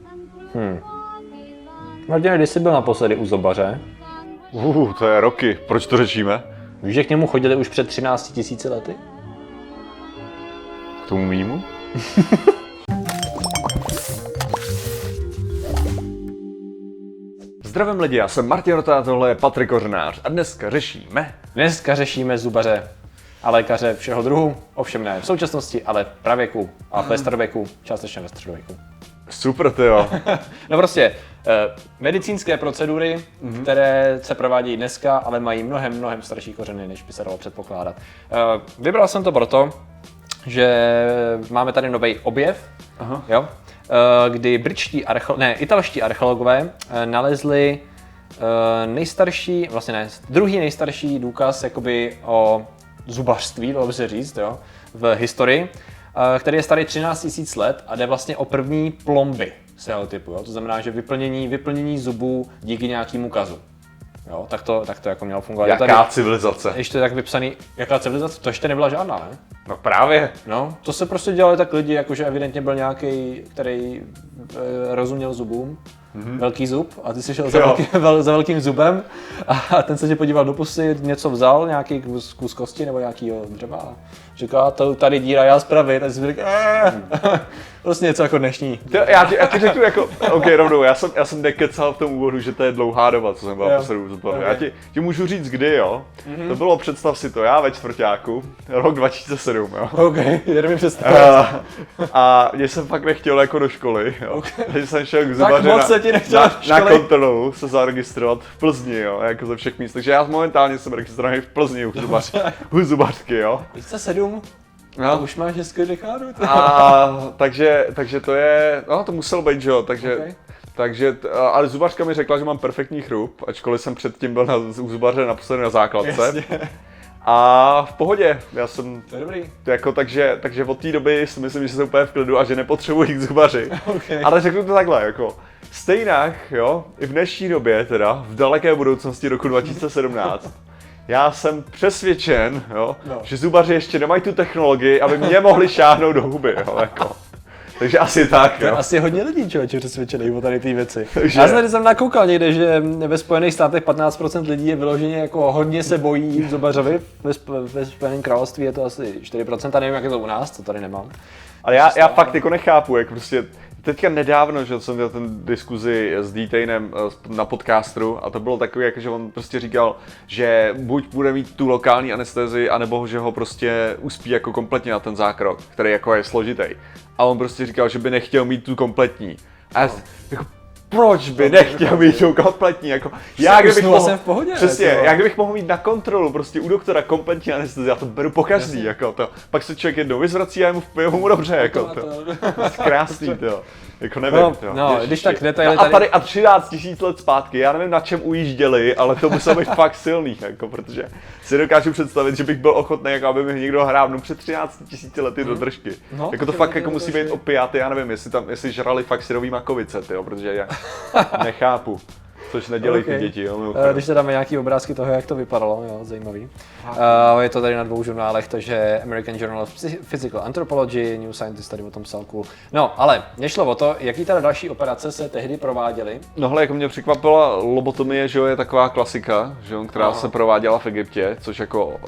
Martin, když jsi byl naposledy u zubaře? To je roky. Proč to řečíme? Víš, že k němu chodili už před 13 000 lety? K tomu mýmu? Zdravím lidi, já jsem Martin Rota, tohle je Patrik Kořenář a Dneska řešíme zubaře a lékaře všeho druhu, ovšem ne v současnosti, ale v pravěku a ve starověku, částečně ve středověku. Super, tyjo. No prostě, medicínské procedury, které se provádějí dneska, ale mají mnohem starší kořeny, než by se dalo předpokládat. Vybral jsem to proto, že máme tady nový objev, jo? Kdy italští archeologové nalezli druhý nejstarší důkaz jakoby o zubařství, dalo by se říct, jo, v historii, který je starý 13 000 let a jde vlastně o první plomby svého typu, jo? To znamená, že vyplnění zubů díky nějakému kazu. Jo, tak to jako mělo fungovat. Jaká civilizace? Ještě tak vypsaný, jaká civilizace? To ještě nebyla žádná, ne? No právě. No, to se prostě dělali tak lidi, jakože evidentně byl nějaký, který rozuměl zubům, velký zub, a ty jsi šel za velkým zubem a ten se ti podíval do pusy, něco vzal, nějaký kus kosti nebo nějakýho dřeva a říká, tady díra, já spravit, a jsi řekl, prostě něco jako dnešní. Já ti řeknu jako, rovnou, já jsem nekecal v tom úvodu, že to je dlouhá doba, co jsem byl posledu zubaři. Já ti můžu říct kdy, jo. To bylo, představ si to, já ve čtvrťáku, rok 2007, jo. Jdeme mi představit. A mě jsem fakt nechtěl jako do školy, jo. Takže jsem šel k zubaři na kontrolu se zaregistrovat v Plzni, jo, jako ze všech míst. Takže já momentálně jsem registrovaný v Plzni u zubařky, jo. 2007? No. To už máš hezkou dekádu. Takže to je, no to muselo být, že jo, takže, ale zubařka mi řekla, že mám perfektní chrup, ačkoliv jsem předtím byl u zubaře naposledy na základce. Jasně. A v pohodě, já jsem, to je dobrý. Jako, takže od té doby si myslím, že jsem úplně v klidu a že nepotřebuji k zubaři. Ale řeknu to takhle, jako stejnak, jo, i v dnešní době teda, v daleké budoucnosti roku 2017, já jsem přesvědčen, jo, že zubaři ještě nemají tu technologii, aby mě mohli šáhnout do huby, jo, jako. Takže asi tak, jo. Asi hodně lidí, člověče, přesvědčených o tady ty věci. Já jsem nakoukal někde, že ve Spojených státech 15% lidí je vyloženě jako hodně se bojí jít zubařovi, ve Spojeném království je to asi 4%, nevím, jak je to u nás, to tady nemám. Ale já fakt jako nechápu, jak prostě teďka nedávno, že jsem dělal ten diskuzi s D-Tainem na podcastu a to bylo takový, jako, že on prostě říkal, že buď bude mít tu lokální anestezii, anebo že ho prostě uspí jako kompletně na ten zákrok, který jako je složitý. A on prostě říkal, že by nechtěl mít tu kompletní. A já jako, proč by nechtěl mít tu kompletní, jako, já kdybych mohl, v pohodě, přesně, já kdybych mohl mít na kontrolu prostě u doktora kompletní anestezii, já to beru po každý, jako to. Pak se člověk jednou vyzvrací a je mu dobře, jako to. Krásný, to. Jako nevím, no, když tak detaily tady a 13 000 let zpátky, já nevím, na čem ujížděli, ale to muselo být fakt silný, jako, protože si dokážu představit, že bych byl ochotný, jako aby mi někdo hrávnul před 13 000 lety do držky. No, jako to fakt jako musí být opiáty, já nevím, jestli žrali fakt syrový makovice, tyjo, protože já nechápu. Což nedělají ty děti, jo. Když se dáme nějaký obrázky toho, jak to vypadalo, jo, zajímavý. Je to tady na 2 žurnálech, takže American Journal of Physical Anthropology, New Scientist tady o tom psal cool. No, ale nešlo o to, jaký teda další operace se tehdy prováděly. No hele, jako mě překvapila lobotomie, že jo, je taková klasika, že jo, která se prováděla v Egyptě, což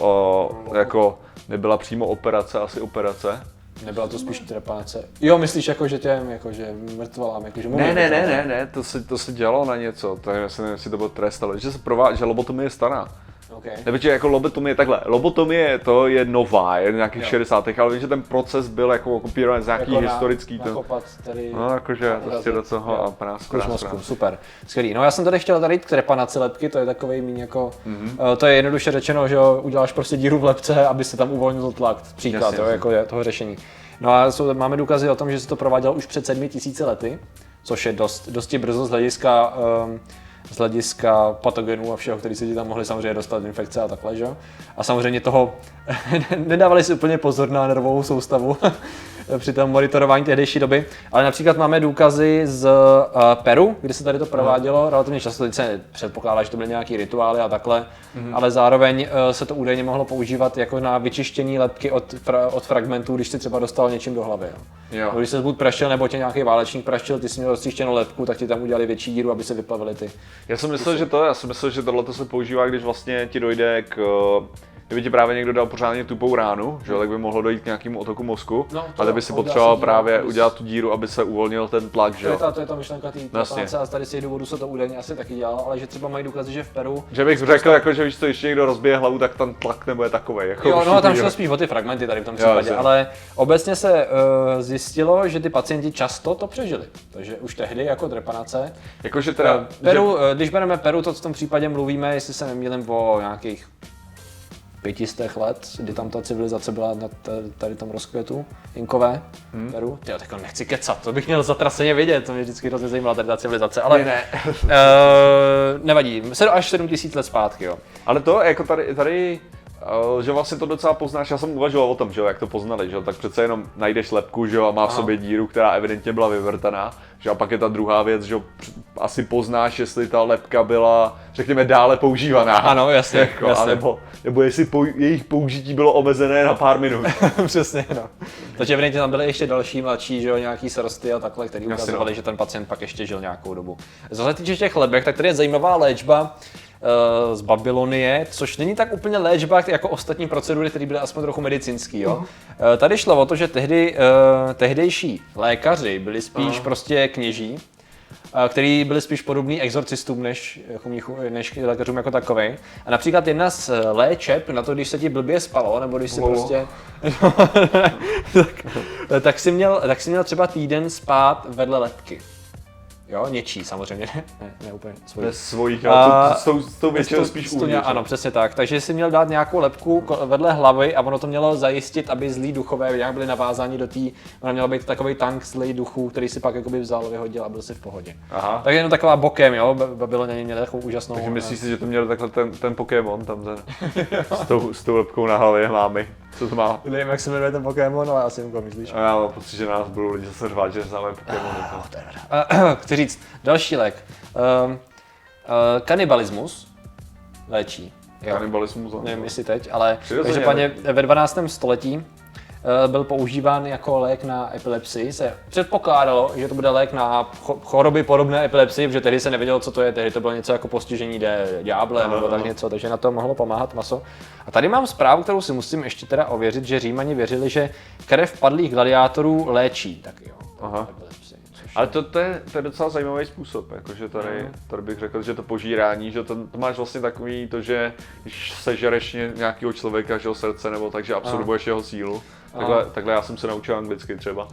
jako nebyla přímo operace, asi operace. Nebyla to spíš trepáce. Jo, myslíš jako, že těm, jako, že mrtvolám, jako, že Ne, to se dělalo na něco, takže já si nevím, jestli to bylo trest, ale že lobotomie je stará. Okay. Nebo jako lobotomie takhle, lobotomie to je nová, je nějakých 60. ale vím, že ten proces byl jako kopírovaný z nějaký jako historický. Tady no jakože prostě do toho a prás. Super, skvělý. No já jsem tady chtěl tady trepanaci lepky, to je takovej míň jako, to je jednoduše řečeno, že jo, uděláš prostě díru v lepce, aby se tam uvolnil tlak, příklad, jo, jako je toho řešení. No a máme důkazy o tom, že se to provádělo už před 7 000 lety, což je dosti brzo z hlediska patogenů a všeho, který se ti tam mohli samozřejmě dostat, infekce a takhle, že? A samozřejmě toho nedávali si úplně pozor na nervovou soustavu při tom monitorování tehdejší doby. Ale například máme důkazy z Peru, kde se tady to provádělo relativně často. Teď se předpokládá, že to byly nějaký rituály a takhle, ale zároveň se to údajně mohlo používat jako na vyčištění lebky od fragmentů, když si třeba dostal něčím do hlavy. Jo. Když se buď praštil, nebo tě nějaký válečník praštil, ty jsi měl roztříštěnou lebku, tak ti tam udělali větší díru, aby se vyplavily ty. Já jsem myslel, že tohle se používá, když vlastně ti dojde kdyby ti právě někdo dal pořádně tupou ránu, že, tak by mohlo dojít k nějakému otoku mozku, a ty by si potřeboval právě udělat tu díru, aby se uvolnil ten tlak, že jo. To je ta myšlenka té práce a tady z těch důvodů se to údajně asi taky dělalo, ale že třeba mají důkazy, že v Peru... Že bych řekl, jako, že víš co, když někdo rozbije hlavu, tak ten tlak nebude takovej. Jako jo, no tam šlo spíš o ty fragmenty tady v tom případě, ale obecně se zjistilo, že ty pacienti často to přežili, takže už tehdy jako trepanace. Jakože teda... Peru, když bereme Peru, to v tom případě mluvíme, jestli se nemýlím, o nějakých 500 let, kdy tam ta civilizace byla na tady tom rozkvětu, Inkové, Peru. Tyjo, tak nechci kecat, to bych měl zatraceně vědět, to mě vždycky hrozně zajímala tady ta civilizace, ale ne. Nevadí, 7 až 7 000 let zpátky, jo. Ale to jako tady že vlastně to docela poznáš, já jsem uvažoval o tom, že jo, jak to poznali, že jo, tak přece jenom najdeš lebku, že jo, a má v sobě díru, která evidentně byla vyvrtaná, že a pak je ta druhá věc, že jo, asi poznáš, jestli ta lebka byla, řekněme, dále používaná. Ano, jasně, jako, jasně. Nebo jestli jejich použití bylo omezené na pár minut. Přesně, no. Takže evidentně tam byly ještě další mladší, že jo, nějaký srosty a takhle, který ukazovali, že ten pacient pak ještě žil nějakou dobu. Co se týče těch lebek, tak tady je zajímavá léčba z Babylonie, což není tak úplně léčba jako ostatní procedury, které byly aspoň trochu medicínský, jo. Tady šlo o to, že tehdejší lékaři byli spíš prostě kněží, který byli spíš podobní exorcistům než lékařům jako takovej. A například jedna z léčeb na to, když se ti blbě spalo, nebo když si prostě... tak si měl třeba týden spát vedle lebky. Jo, něčí samozřejmě, ne úplně svojí. Ne svojich, ale s tou většinou spíš uvnitř. Ano, přesně tak. Takže si měl dát nějakou lebku vedle hlavy a ono to mělo zajistit, aby zlí duchové nějak byli navázáni do té, ono mělo být takový tank zlých duchů, který si pak jakoby vzal, vyhodil a byl si v pohodě. Aha. Takže jenom taková bokem, jo, Babyloněni měli takovou úžasnou. Takže myslíš si, že to měl takhle ten Pokémon tam s tou lebkou na hlavě mámy? Co to má? Nevím, jak se jmenuje ten Pokémon, ale asi nevím, myslíš. A já mám pocit, že nás budou lidi zase řvát, že známe Pokémon. Chci říct, další lék. Kanibalismus léčí. Kanibalismus? Nevím, jestli teď, ale každopádně ve 12. století byl používán jako lék na epilepsii. Se předpokládalo, že to bude lék na choroby podobné epilepsii, protože tehdy se nevědělo, co to je, tehdy to bylo něco jako postižení ďáblem nebo tak něco, takže na to mohlo pomáhat maso. A tady mám zprávu, kterou si musím ještě teda ověřit, že Římani věřili, že krev padlých gladiátorů léčí, tak jo. Aha. Ale to je docela zajímavý způsob, jakože tady bych řekl, že to požírání, že to máš vlastně takový to, že když sežereš nějakého člověka, že ho srdce nebo takže absorbuješ jeho sílu. Takhle já jsem se naučil anglicky třeba.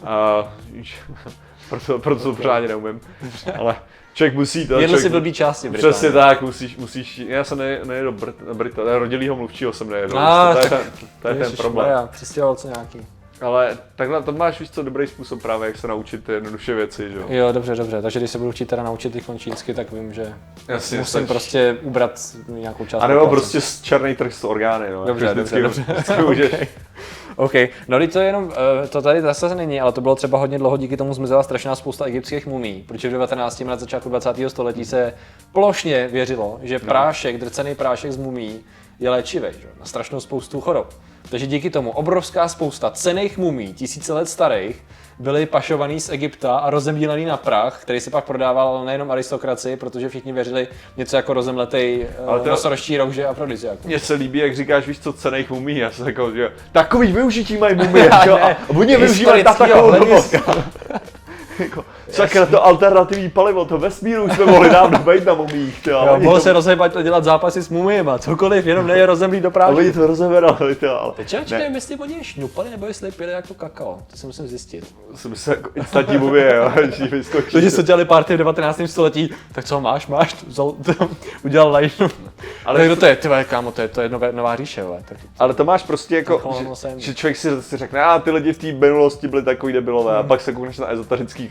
Proto to pořádně neumím. Ale člověk musí to. Jedno si blbý části Británie. Přesně tak, musíš. Já jsem nejedu Brita, rodilýho mluvčího jsem nejedu. To je ten problém. Přistěhovalce nějaký. Ale takhle to máš, víš co, dobrý způsob právě, jak se naučit jednoduše věci, že jo? Jo, dobře. Takže když se budu chtít teda naučit ty čínsky, tak vím, že musím prostě ubrat nějakou část. A nebo prostě černý trh s orgány, no. Dobře. OK, no to je jenom, to tady zase není, ale to bylo třeba hodně dlouho, díky tomu zmizela strašná spousta egyptských mumí, protože v 19. na začátku 20. století se plošně věřilo, že drcený prášek z mumí je léčivý, že? Na strašnou spoustu chorob. Takže díky tomu obrovská spousta cenných mumí, tisíce let starých, byly pašovaný z Egypta a rozemdílený na prach, který se pak prodával nejenom aristokracii, protože všichni věřili něco jako rozemletej nosorožčí roh, že afrodiziak. Mně se líbí, jak říkáš, víš co, cenných mumí, já jsem jako, že takový využití mají mumie, a oni využívají na takovou dobu. Sakra, to alternativní palivo, to vesmíru už jsme mohli dávno být na mumích. Mohl se rozhýbat a dělat zápasy s mumiema, cokoliv, jenom ne je rozemlít do prášky. A oni to rozeberali, ale... Teď nevím, jestli oni je šňupali, nebo jestli pili jako kakao, to si musím zjistit. Jsem se jako instantní mumie, jo, takže se dělali party v 19. století, tak co máš, udělal lajnu. Ale kdo to je, tyhle, kámo, to je nová říše, ale to máš prostě jako, že člověk si řekne, ty lidi v té minulosti byli takový debilové, a pak se koukneš na ezoterický kraviny.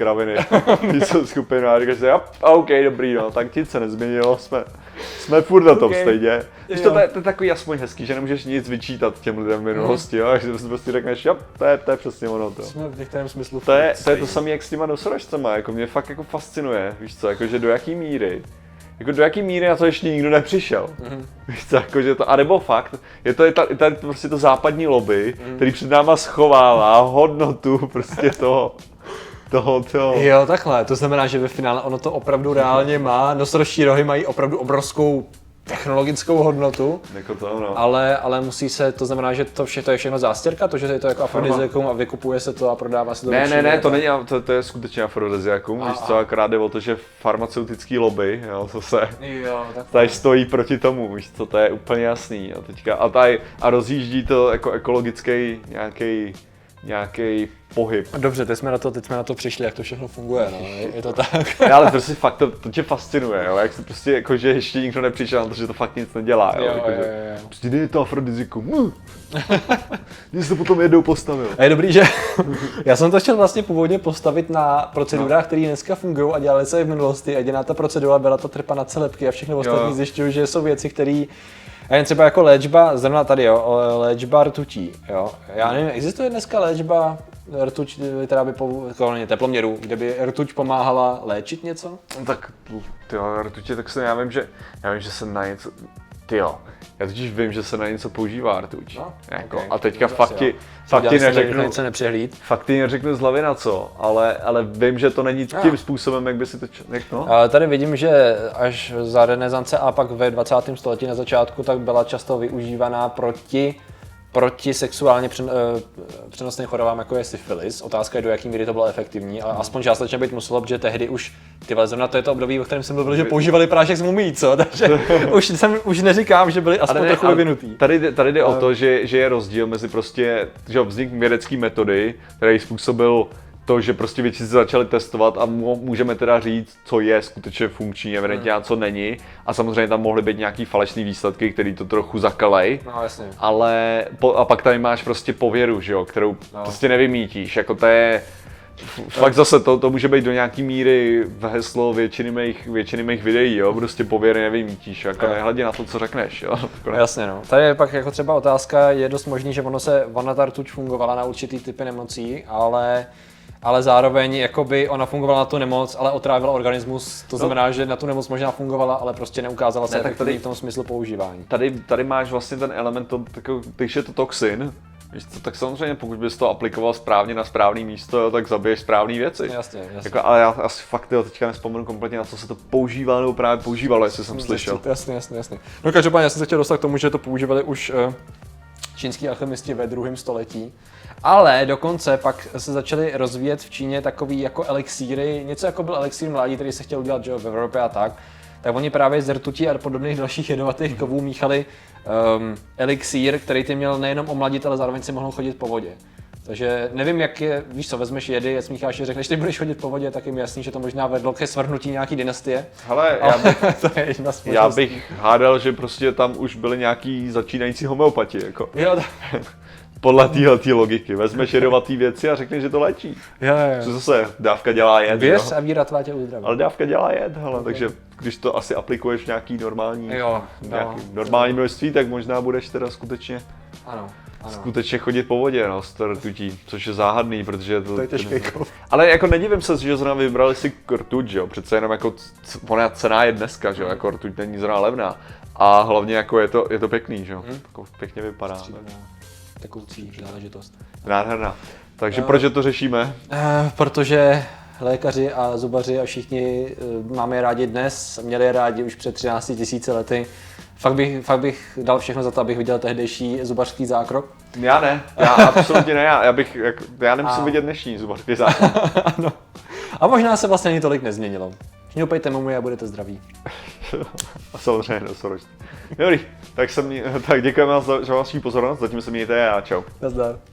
Jsou skupina a říkáš si, OK, dobrý, no, tak nic se nezměnilo, jsme furt na tom stejně. Víš, to je takový aspoň hezký, že nemůžeš nic vyčítat těm lidem v minulosti, jo, že prostě řekneš, to je přesně ono to. Jsme v některém smyslu To je to samé, jak s těma nosorožcema, jako mě fakt jako fascinuje, víš co, jako že do jaký míry na to ještě nikdo nepřišel. Víš co, jako že to, anebo fakt, je tady prostě to západní lobby, který před náma schovává hodnotu prostě toho. Jo, takhle, to znamená, že ve finále ono to opravdu reálně má, nosorožší rohy mají opravdu obrovskou technologickou hodnotu, jako to, no. ale musí se, to znamená, že to je všechno zástěrka, to, že je to jako afrodiziakum a vykupuje se to a prodává se to. Ne, to není, to je skutečně afrodiziakum, víš co, akorát jde o to, že farmaceutický lobby, jo, to se tady stojí proti tomu, víš co, to je úplně jasný a teďka, a rozjíždí to jako ekologický nějaký pohyb. Dobře, teď jsme na to přišli, jak to všechno funguje, no, je to tak. Ale prostě fakt to tě fascinuje, jo, jak se prostě jako, že ještě nikdo nepřišel na to, že to fakt nic nedělá, jo. Jo. Prostě je to afrodizikum. Když se to potom jednou postavil. A je dobrý, že já jsem to chtěl vlastně původně postavit na procedurách, které dneska fungují a dělali se i v minulosti. Jediná ta procedura byla ta trpa na celepky a všechno ostatní zjišťuju, že jsou věci, které a jen třeba jako léčba, zrovna tady jo, léčba rtutí, jo. Já nevím, existuje dneska léčba rtuť, která by teploměru, kde by rtuť pomáhala léčit něco? No tak tyjo, rtutě, tak já vím, že se na něco, tyjo, já totiž vím, že se na něco používá rtuť. No, jako, okay. A teďka fakt ti neřeknu z hlavy na co, ale vím, že to není tím způsobem, jak by si to řekl. Tady vidím, že až za renesance a pak ve 20. století na začátku, tak byla často využívaná proti sexuálně přenosným chorobám, jako je syfilis. Otázka je, do jaký míry to bylo efektivní, ale aspoň částečně být muselo, protože tehdy už, zrovna to je to období, o kterém jsem mluvil, že používali prášek z mumí, co? Takže už neříkám, že byli aspoň trochu vyvinutý. Tady jde o to, že je rozdíl mezi prostě, že vznik vědecké metody, který způsobil to, že prostě věci se začaly testovat a můžeme teda říct, co je skutečně funkční, evidentně a co není. A samozřejmě tam mohly být nějaký falešný výsledky, který to trochu zakalej. No jasně. Ale a pak tady máš prostě pověru, že jo, kterou prostě nevymítíš. Jako to je fakt zase to může být do nějaký míry v heslo většiny mých videí, jo, prostě pověry nevymítíš, jako nehledě na to, co řekneš, jo. Jasně, no. Tady je pak jako třeba otázka, je dost možný, že ona ta rtuť fungovala na určitý typy nemocí, ale zároveň jakoby ona fungovala na tu nemoc, ale otrávila organismus, to znamená, že na tu nemoc možná fungovala, ale prostě neukázala se efektivní v tom smyslu používání. Tady máš vlastně ten element, když je to toxin, víš co, tak samozřejmě pokud bys to aplikoval správně na správné místo, tak zabiješ správné věci. Jasně. Jako, ale já asi fakt teďka nespomenu kompletně, na co se to používalo nebo právě používalo, jestli jsem slyšel. Jasně. No každopádně já jsem se chtěl dostat k tomu, že to používali už čínský alchemisti ve 2. století. Ale dokonce pak se začaly rozvíjet v Číně takový jako elixíry, něco jako byl elixír mládí, který se chtěl udělat, že v Evropě a tak oni právě z rtutí a podobných dalších jedovatých kovů míchali elixír, který ty měl nejenom omladit, ale zároveň si mohl chodit po vodě. Takže nevím, jak je, víš co, vezmeš jedy, je smícháš, řekneš, ty budeš chodit po vodě, tak je mi jasný, že to možná vedlo ke svrhnutí nějaký dynastie. Hele, já bych hádal, že prostě tam už byly nějaký začínající homeopati, jako. Jo, podle téhletý logiky. Vezmeš jedovatý věci a řekneš, že to léčí. Jo. Co zase, dávka dělá jed. Věř a víra tvá tě uzdraví. Ale dávka dělá jed, hele, takže když to asi aplikuješ v nějaký normální množství, tak možná budeš teda skutečně skutečně chodit po vodě, no, s rtutí, což je záhadný, protože to je těžký kov. Ale jako nedivím se, že zrovna vybrali si rtuť, že jo, přece jenom jako ona cena je dneska, že jo, jako rtuť není zrovna levná. A hlavně jako je to pěkný, že jo, jako pěkně vypadá. Takoucí záležitost. Nádherná. Takže proč to řešíme? Protože lékaři a zubaři a všichni máme je rádi dnes, měli je rádi už před 13 000 lety. Fakt bych dal všechno za to, abych viděl tehdejší zubařský zákrok. Já ne, já absolutně ne, já nemusím vidět dnešní zubařský zákrok. Ano. A možná se vlastně ani tolik nezměnilo. Šňoupejte mumy a budete zdraví. A samozřejmě nosorožci. Dobrý, tak děkujeme za vaši pozornost, zatím se mějte a čau. Nazdar.